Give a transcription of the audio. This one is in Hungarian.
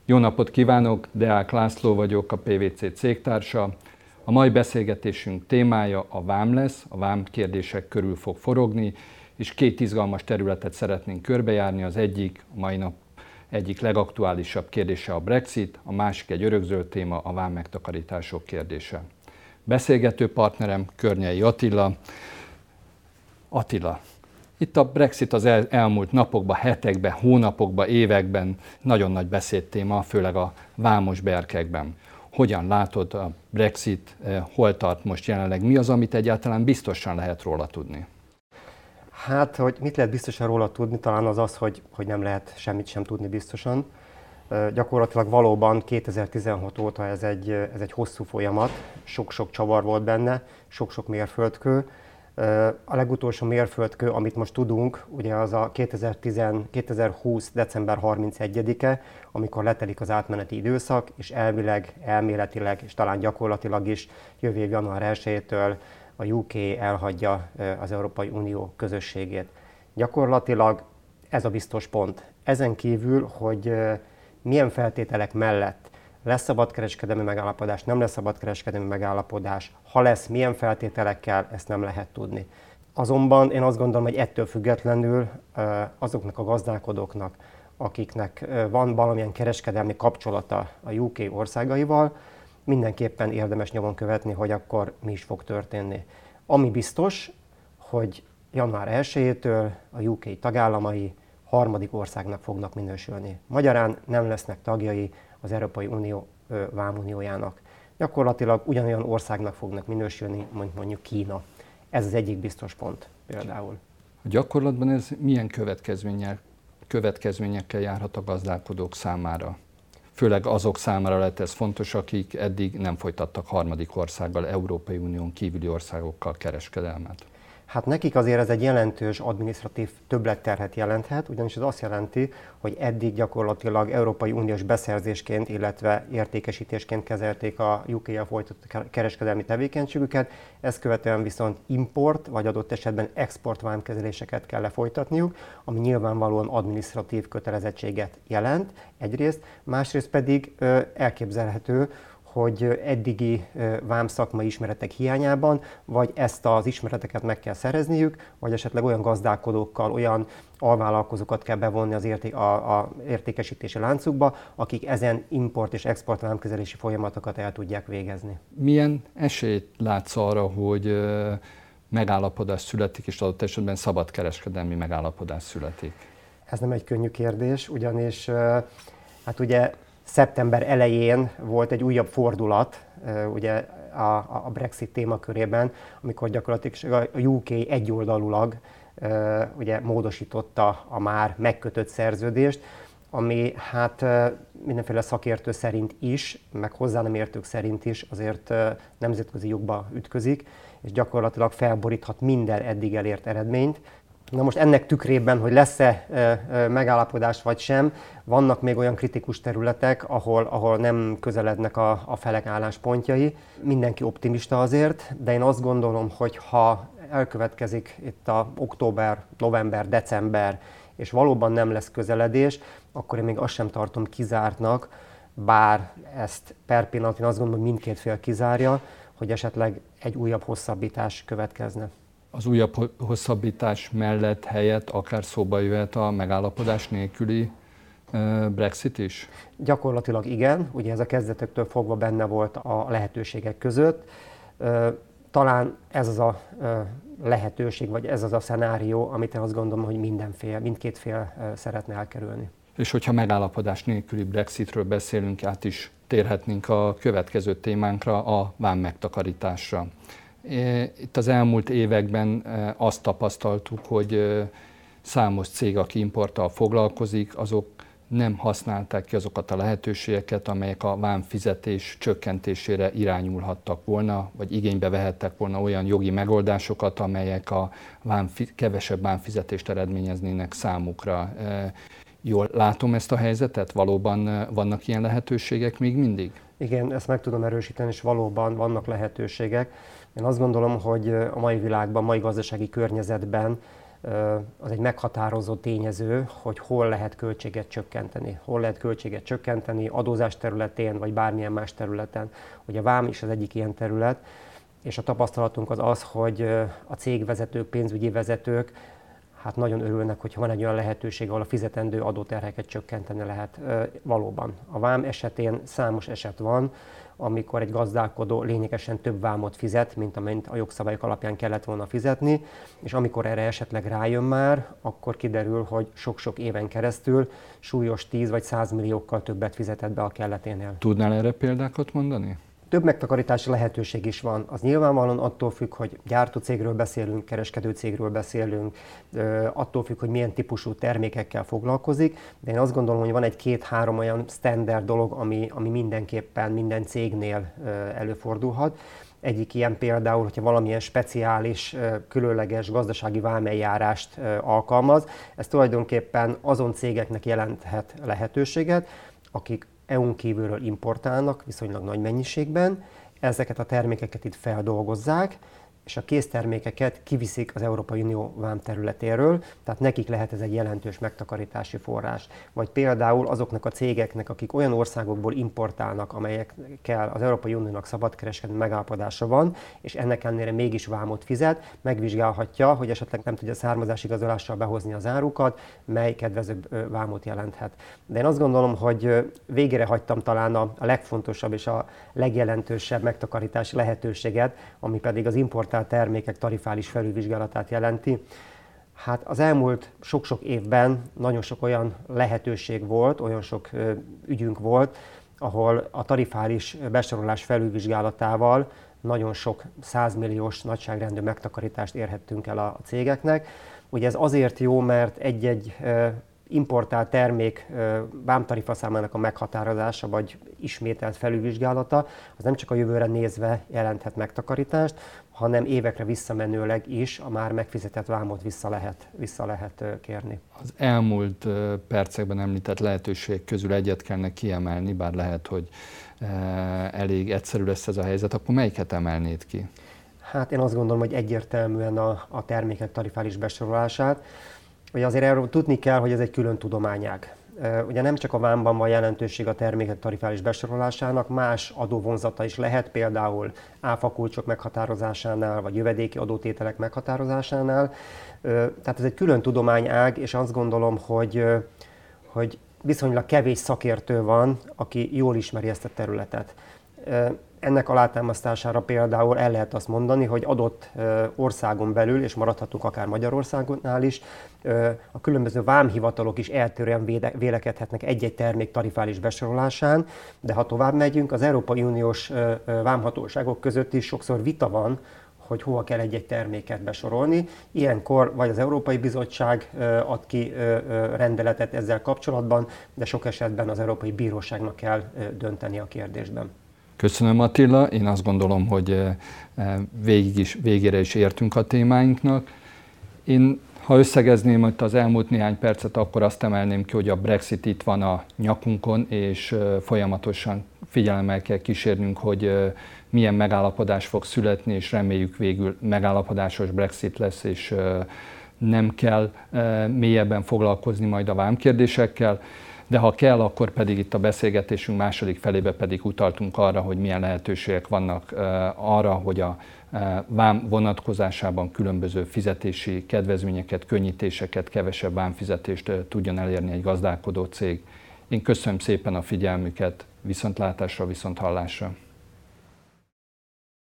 Jó napot kívánok, Deák László vagyok, a PwC cégtársa. A mai beszélgetésünk témája a vám lesz, a vám kérdések körül fog forogni, és két izgalmas területet szeretnénk körbejárni. Az egyik, a mai nap egyik legaktuálisabb kérdése a Brexit, a másik egy örökzöld téma, a vám megtakarítások kérdése. Beszélgető partnerem Környei Attila. Attila, itt a Brexit az elmúlt napokban, hetekben, hónapokban, években nagyon nagy beszédtéma, főleg a vámos berkekben. Hogyan látod a Brexit, hol tart most jelenleg, mi az, amit egyáltalán biztosan lehet róla tudni? Hát, hogy mit lehet biztosan róla tudni, talán az, hogy nem lehet semmit sem tudni biztosan. Gyakorlatilag valóban 2016 óta ez egy hosszú folyamat, sok-sok csavar volt benne, sok-sok mérföldkő. A legutolsó mérföldkő, amit most tudunk, ugye az a 2020. december 31-e, amikor letelik az átmeneti időszak, és elméletileg, és talán gyakorlatilag is jövő év január 1-től a UK elhagyja az Európai Unió közösségét. Gyakorlatilag ez a biztos pont. Ezen kívül, hogy milyen feltételek mellett lesz szabadkereskedelmi megállapodás, nem lesz szabadkereskedelmi megállapodás, ha lesz, milyen feltételekkel, ezt nem lehet tudni. Azonban én azt gondolom, hogy ettől függetlenül azoknak a gazdálkodóknak, akiknek van valamilyen kereskedelmi kapcsolata a UK országaival, mindenképpen érdemes nyomon követni, hogy akkor mi is fog történni. Ami biztos, hogy január 1-től a UK tagállamai harmadik országnak fognak minősülni. Magyarán nem lesznek tagjai az Európai Unió vámuniójának. Gyakorlatilag ugyanolyan országnak fognak minősülni, mondjuk Kína. Ez az egyik biztos pont például. A gyakorlatban ez milyen következményekkel járhat a gazdálkodók számára? Főleg azok számára lehet ez fontos, akik eddig nem folytattak harmadik országgal, Európai Unión kívüli országokkal kereskedelmet. Hát nekik azért ez egy jelentős adminisztratív többletterhet jelenthet, ugyanis ez azt jelenti, hogy eddig gyakorlatilag Európai Uniós beszerzésként, illetve értékesítésként kezelték a UK-jel folytatott kereskedelmi tevékenységüket, ezt követően viszont import, vagy adott esetben export vámkezeléseket kell lefolytatniuk, ami nyilvánvalóan adminisztratív kötelezettséget jelent egyrészt, másrészt pedig elképzelhető, hogy eddigi vámszakmai ismeretek hiányában, vagy ezt az ismereteket meg kell szerezniük, vagy esetleg olyan gazdálkodókkal, olyan alvállalkozókat kell bevonni az értékesítési láncukba, akik ezen import és export vámkezelési folyamatokat el tudják végezni. Milyen esélyt látsz arra, hogy megállapodás születik, és adott esetben szabadkereskedelmi megállapodás születik? Ez nem egy könnyű kérdés, ugyanis hát ugye szeptember elején volt egy újabb fordulat ugye a Brexit témakörében, amikor gyakorlatilag a UK egyoldalúlag ugye módosította a már megkötött szerződést, ami hát mindenféle szakértő szerint is, meg hozzá nem értők szerint is azért nemzetközi jogba ütközik, és gyakorlatilag felboríthat minden eddig elért eredményt. Na most ennek tükrében, hogy lesz-e megállapodás vagy sem, vannak még olyan kritikus területek, ahol nem közelednek a felek álláspontjai. Mindenki optimista azért, de én azt gondolom, hogy ha elkövetkezik itt a október, november, december, és valóban nem lesz közeledés, akkor én még azt sem tartom kizártnak, bár ezt per pillanat én azt gondolom, hogy mindkét fél kizárja, hogy esetleg egy újabb hosszabbítás következne. Az újabb hosszabbítás mellett helyett akár szóba jöhet a megállapodás nélküli Brexit is? Gyakorlatilag igen, ugye ez a kezdetektől fogva benne volt a lehetőségek között. Talán ez az a lehetőség, vagy ez az a szenárió, amit én azt gondolom, hogy mindkét fél szeretne elkerülni. És hogyha megállapodás nélküli Brexitről beszélünk, át is térhetnénk a következő témánkra, a vám megtakarításra. Itt az elmúlt években azt tapasztaltuk, hogy számos cég, aki importtal foglalkozik, azok nem használták ki azokat a lehetőségeket, amelyek a vámfizetés csökkentésére irányulhattak volna, vagy igénybe vehettek volna olyan jogi megoldásokat, amelyek a kevesebb vámfizetést eredményeznének számukra. Jól látom ezt a helyzetet? Valóban vannak ilyen lehetőségek még mindig? Igen, ezt meg tudom erősíteni, és valóban vannak lehetőségek. Én azt gondolom, hogy a mai világban, mai gazdasági környezetben az egy meghatározó tényező, hogy hol lehet költséget csökkenteni. Hol lehet költséget csökkenteni adózás területén, vagy bármilyen más területen. Ugye a vám is az egyik ilyen terület, és a tapasztalatunk az az, hogy a cégvezetők, pénzügyi vezetők hát nagyon örülnek, hogyha van egy olyan lehetőség, ahol a fizetendő adóterheket csökkenteni lehet valóban. A vám esetén számos eset van, amikor egy gazdálkodó lényegesen több vámot fizet, mint amennyit a jogszabályok alapján kellett volna fizetni, és amikor erre esetleg rájön már, akkor kiderül, hogy sok-sok éven keresztül súlyos 10 vagy 100 milliókkal többet fizetett be a kelleténél. Tudnál erre példákat mondani? Több megtakarítási lehetőség is van. Az nyilvánvalóan attól függ, hogy gyártócégről beszélünk, kereskedőcégről beszélünk, attól függ, hogy milyen típusú termékekkel foglalkozik, de én azt gondolom, hogy van egy 2-3 olyan standard dolog, ami mindenképpen minden cégnél előfordulhat. Egyik ilyen például, hogyha valamilyen speciális, különleges gazdasági vámeljárást alkalmaz, ez tulajdonképpen azon cégeknek jelenthet lehetőséget, akik EU-n kívülről importálnak viszonylag nagy mennyiségben, ezeket a termékeket itt feldolgozzák, és a késztermékeket kiviszik az Európai Unió vámterületéről, tehát nekik lehet ez egy jelentős megtakarítási forrás. Vagy például azoknak a cégeknek, akik olyan országokból importálnak, amelyekkel az Európai Uniónak szabadkereskedelmi megállapodása van, és ennek ellenére mégis vámot fizet, megvizsgálhatja, hogy esetleg nem tudja származásigazolással behozni az árukat, mely kedvezőbb vámot jelenthet. De én azt gondolom, hogy végére hagytam talán a legfontosabb és a legjelentősebb megtakarítási lehetőséget, ami pedig az importált termékek tarifális felülvizsgálatát jelenti. Hát az elmúlt sok-sok évben nagyon sok olyan lehetőség volt, olyan sok ügyünk volt, ahol a tarifális besorolás felülvizsgálatával nagyon sok 100 milliós nagyságrendű megtakarítást érhettünk el a cégeknek. Ugye ez azért jó, mert egy-egy importált termék vámtarifa számának a meghatározása vagy ismételt felülvizsgálata, az nem csak a jövőre nézve jelenthet megtakarítást, hanem évekre visszamenőleg is a már megfizetett vámot vissza lehet kérni. Az elmúlt percekben említett lehetőség közül egyet kellene kiemelni, bár lehet, hogy elég egyszerű lesz ez a helyzet, akkor melyiket emelnéd ki? Hát én azt gondolom, hogy egyértelműen a termékek tarifális besorolását. Ugye azért erről tudni kell, hogy ez egy külön tudományág. Ugye nem csak a vámban van jelentőség a termékek tarifális besorolásának, más adóvonzata is lehet, például áfakulcsok meghatározásánál, vagy jövedéki adótételek meghatározásánál. Tehát ez egy külön tudományág, és azt gondolom, hogy viszonylag kevés szakértő van, aki jól ismeri ezt a területet. Ennek alátámasztására például el lehet azt mondani, hogy adott országon belül, és maradhatunk akár Magyarországnál is, a különböző vámhivatalok is eltérően vélekedhetnek egy-egy termék tarifális besorolásán, de ha tovább megyünk, az Európai Uniós vámhatóságok között is sokszor vita van, hogy hova kell egy-egy terméket besorolni. Ilyenkor vagy az Európai Bizottság ad ki rendeletet ezzel kapcsolatban, de sok esetben az Európai Bíróságnak kell dönteni a kérdésben. Köszönöm, Attila. Én azt gondolom, hogy végére is értünk a témáinknak. Én, ha összegezném itt az elmúlt néhány percet, akkor azt emelném ki, hogy a Brexit itt van a nyakunkon, és folyamatosan figyelemmel kell kísérnünk, hogy milyen megállapodás fog születni, és reméljük végül megállapodásos Brexit lesz, és nem kell mélyebben foglalkozni majd a vámkérdésekkel. De ha kell, akkor pedig itt a beszélgetésünk második felébe pedig utaltunk arra, hogy milyen lehetőségek vannak arra, hogy a vám vonatkozásában különböző fizetési kedvezményeket, könnyítéseket, kevesebb vámfizetést tudjon elérni egy gazdálkodó cég. Én köszönöm szépen a figyelmüket, viszontlátásra, viszonthallásra.